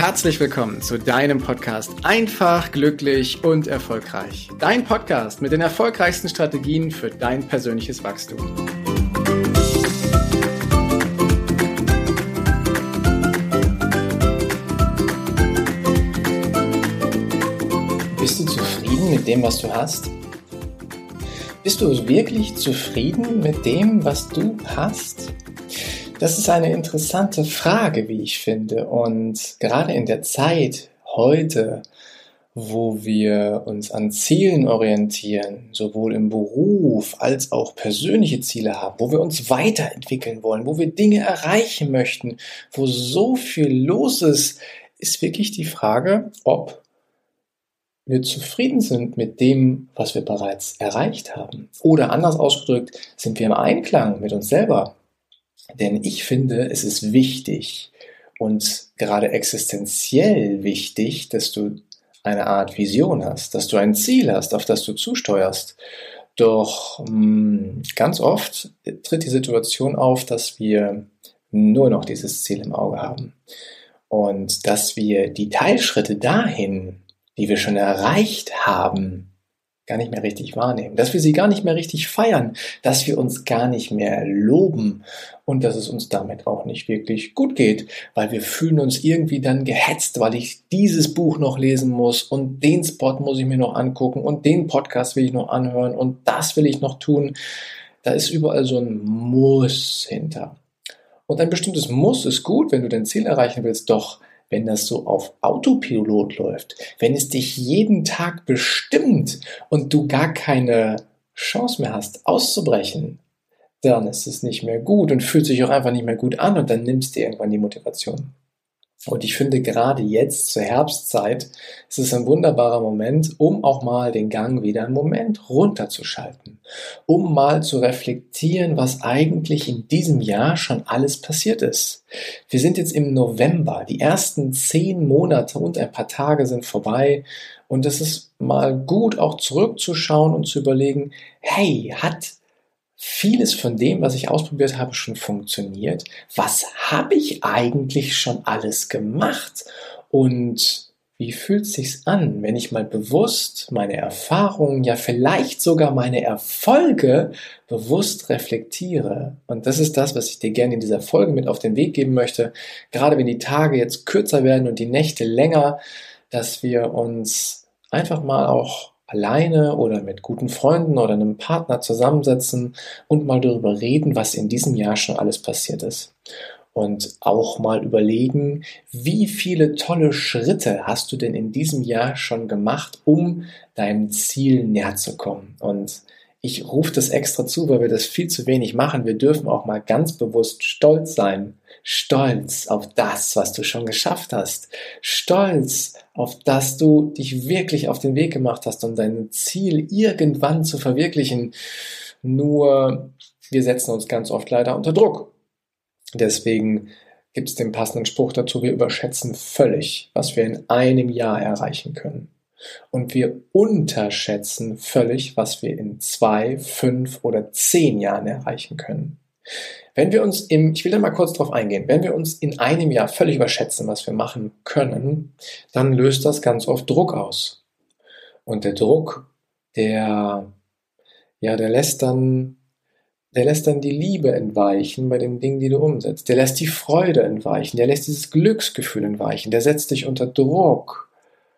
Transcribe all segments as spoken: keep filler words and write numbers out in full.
herzlich willkommen zu deinem Podcast Einfach, glücklich und erfolgreich. Dein Podcast mit den erfolgreichsten Strategien für dein persönliches Wachstum. Bist du zufrieden mit dem, was du hast? Bist du wirklich zufrieden mit dem, was du hast? Das ist eine interessante Frage, wie ich finde. Und gerade in der Zeit heute, wo wir uns an Zielen orientieren, sowohl im Beruf als auch persönliche Ziele haben, wo wir uns weiterentwickeln wollen, wo wir Dinge erreichen möchten, wo so viel los ist, ist wirklich die Frage, ob wir zufrieden sind mit dem, was wir bereits erreicht haben. Oder anders ausgedrückt, sind wir im Einklang mit uns selber. Denn ich finde, es ist wichtig und gerade existenziell wichtig, dass du eine Art Vision hast, dass du ein Ziel hast, auf das du zusteuerst. Doch mh, ganz oft tritt die Situation auf, dass wir nur noch dieses Ziel im Auge haben und dass wir die Teilschritte dahin, die wir schon erreicht haben, gar nicht mehr richtig wahrnehmen, dass wir sie gar nicht mehr richtig feiern, dass wir uns gar nicht mehr loben und dass es uns damit auch nicht wirklich gut geht, weil wir fühlen uns irgendwie dann gehetzt, weil ich dieses Buch noch lesen muss und den Spot muss ich mir noch angucken und den Podcast will ich noch anhören und das will ich noch tun. Da ist überall so ein Muss hinter. Und ein bestimmtes Muss ist gut, wenn du dein Ziel erreichen willst, doch wenn das so auf Autopilot läuft, wenn es dich jeden Tag bestimmt und du gar keine Chance mehr hast, auszubrechen, dann ist es nicht mehr gut und fühlt sich auch einfach nicht mehr gut an und dann nimmst du irgendwann die Motivation. Und ich finde, gerade jetzt zur Herbstzeit ist es ein wunderbarer Moment, um auch mal den Gang wieder einen Moment runterzuschalten, um mal zu reflektieren, was eigentlich in diesem Jahr schon alles passiert ist. Wir sind jetzt im November, die ersten zehn Monate und ein paar Tage sind vorbei und es ist mal gut, auch zurückzuschauen und zu überlegen, hey, hat vieles von dem, was ich ausprobiert habe, schon funktioniert? Was habe ich eigentlich schon alles gemacht? Und wie fühlt es sich an, wenn ich mal bewusst meine Erfahrungen, ja vielleicht sogar meine Erfolge bewusst reflektiere? Und das ist das, was ich dir gerne in dieser Folge mit auf den Weg geben möchte. Gerade wenn die Tage jetzt kürzer werden und die Nächte länger, dass wir uns einfach mal auch alleine oder mit guten Freunden oder einem Partner zusammensetzen und mal darüber reden, was in diesem Jahr schon alles passiert ist. Und auch mal überlegen, wie viele tolle Schritte hast du denn in diesem Jahr schon gemacht, um deinem Ziel näher zu kommen. Und ich rufe das extra zu, weil wir das viel zu wenig machen. Wir dürfen auch mal ganz bewusst stolz sein. Stolz auf das, was du schon geschafft hast. Stolz auf das du dich wirklich auf den Weg gemacht hast, um dein Ziel irgendwann zu verwirklichen. Nur wir setzen uns ganz oft leider unter Druck. Deswegen gibt es den passenden Spruch dazu, wir überschätzen völlig, was wir in einem Jahr erreichen können. Und wir unterschätzen völlig, was wir in zwei, fünf oder zehn Jahren erreichen können. Wenn wir uns im, ich will da mal kurz drauf eingehen, wenn wir uns in einem Jahr völlig überschätzen, was wir machen können, dann löst das ganz oft Druck aus. Und der Druck, der, ja, der lässt dann, der lässt dann die Liebe entweichen bei den Dingen, die du umsetzt. Der lässt die Freude entweichen, der lässt dieses Glücksgefühl entweichen, der setzt dich unter Druck.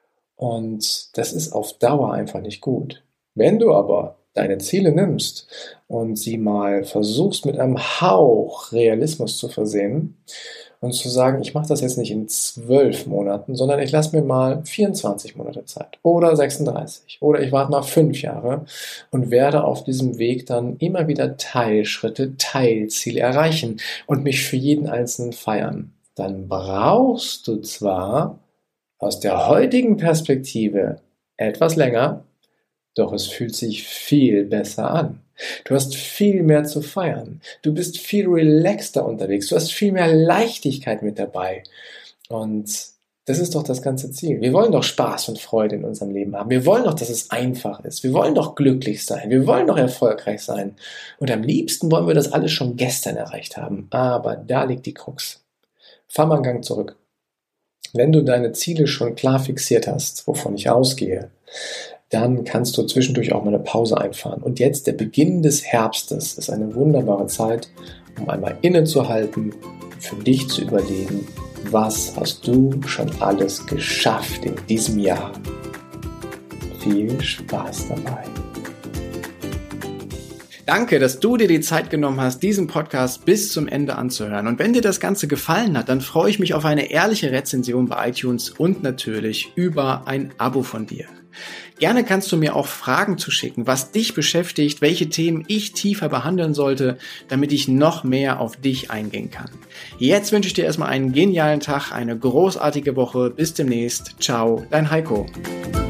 Und das ist auf Dauer einfach nicht gut. Wenn du aber deine Ziele nimmst und sie mal versuchst mit einem Hauch Realismus zu versehen und zu sagen, ich mache das jetzt nicht in zwölf Monaten, sondern ich lasse mir mal vierundzwanzig Monate Zeit oder sechsunddreißig oder ich warte mal fünf Jahre und werde auf diesem Weg dann immer wieder Teilschritte, Teilziele erreichen und mich für jeden Einzelnen feiern. Dann brauchst du zwar aus der heutigen Perspektive etwas länger, doch es fühlt sich viel besser an. Du hast viel mehr zu feiern. Du bist viel relaxter unterwegs. Du hast viel mehr Leichtigkeit mit dabei. Und das ist doch das ganze Ziel. Wir wollen doch Spaß und Freude in unserem Leben haben. Wir wollen doch, dass es einfach ist. Wir wollen doch glücklich sein. Wir wollen doch erfolgreich sein. Und am liebsten wollen wir das alles schon gestern erreicht haben. Aber da liegt die Krux. Fahr mal einen Gang zurück. Wenn du deine Ziele schon klar fixiert hast, wovon ich ausgehe, dann kannst du zwischendurch auch mal eine Pause einfahren. Und jetzt, der Beginn des Herbstes, ist eine wunderbare Zeit, um einmal innezuhalten, für dich zu überlegen, was hast du schon alles geschafft in diesem Jahr. Viel Spaß dabei. Danke, dass du dir die Zeit genommen hast, diesen Podcast bis zum Ende anzuhören. Und wenn dir das Ganze gefallen hat, dann freue ich mich auf eine ehrliche Rezension bei iTunes und natürlich über ein Abo von dir. Gerne kannst du mir auch Fragen zuschicken, was dich beschäftigt, welche Themen ich tiefer behandeln sollte, damit ich noch mehr auf dich eingehen kann. Jetzt wünsche ich dir erstmal einen genialen Tag, eine großartige Woche. Bis demnächst. Ciao, dein Heiko.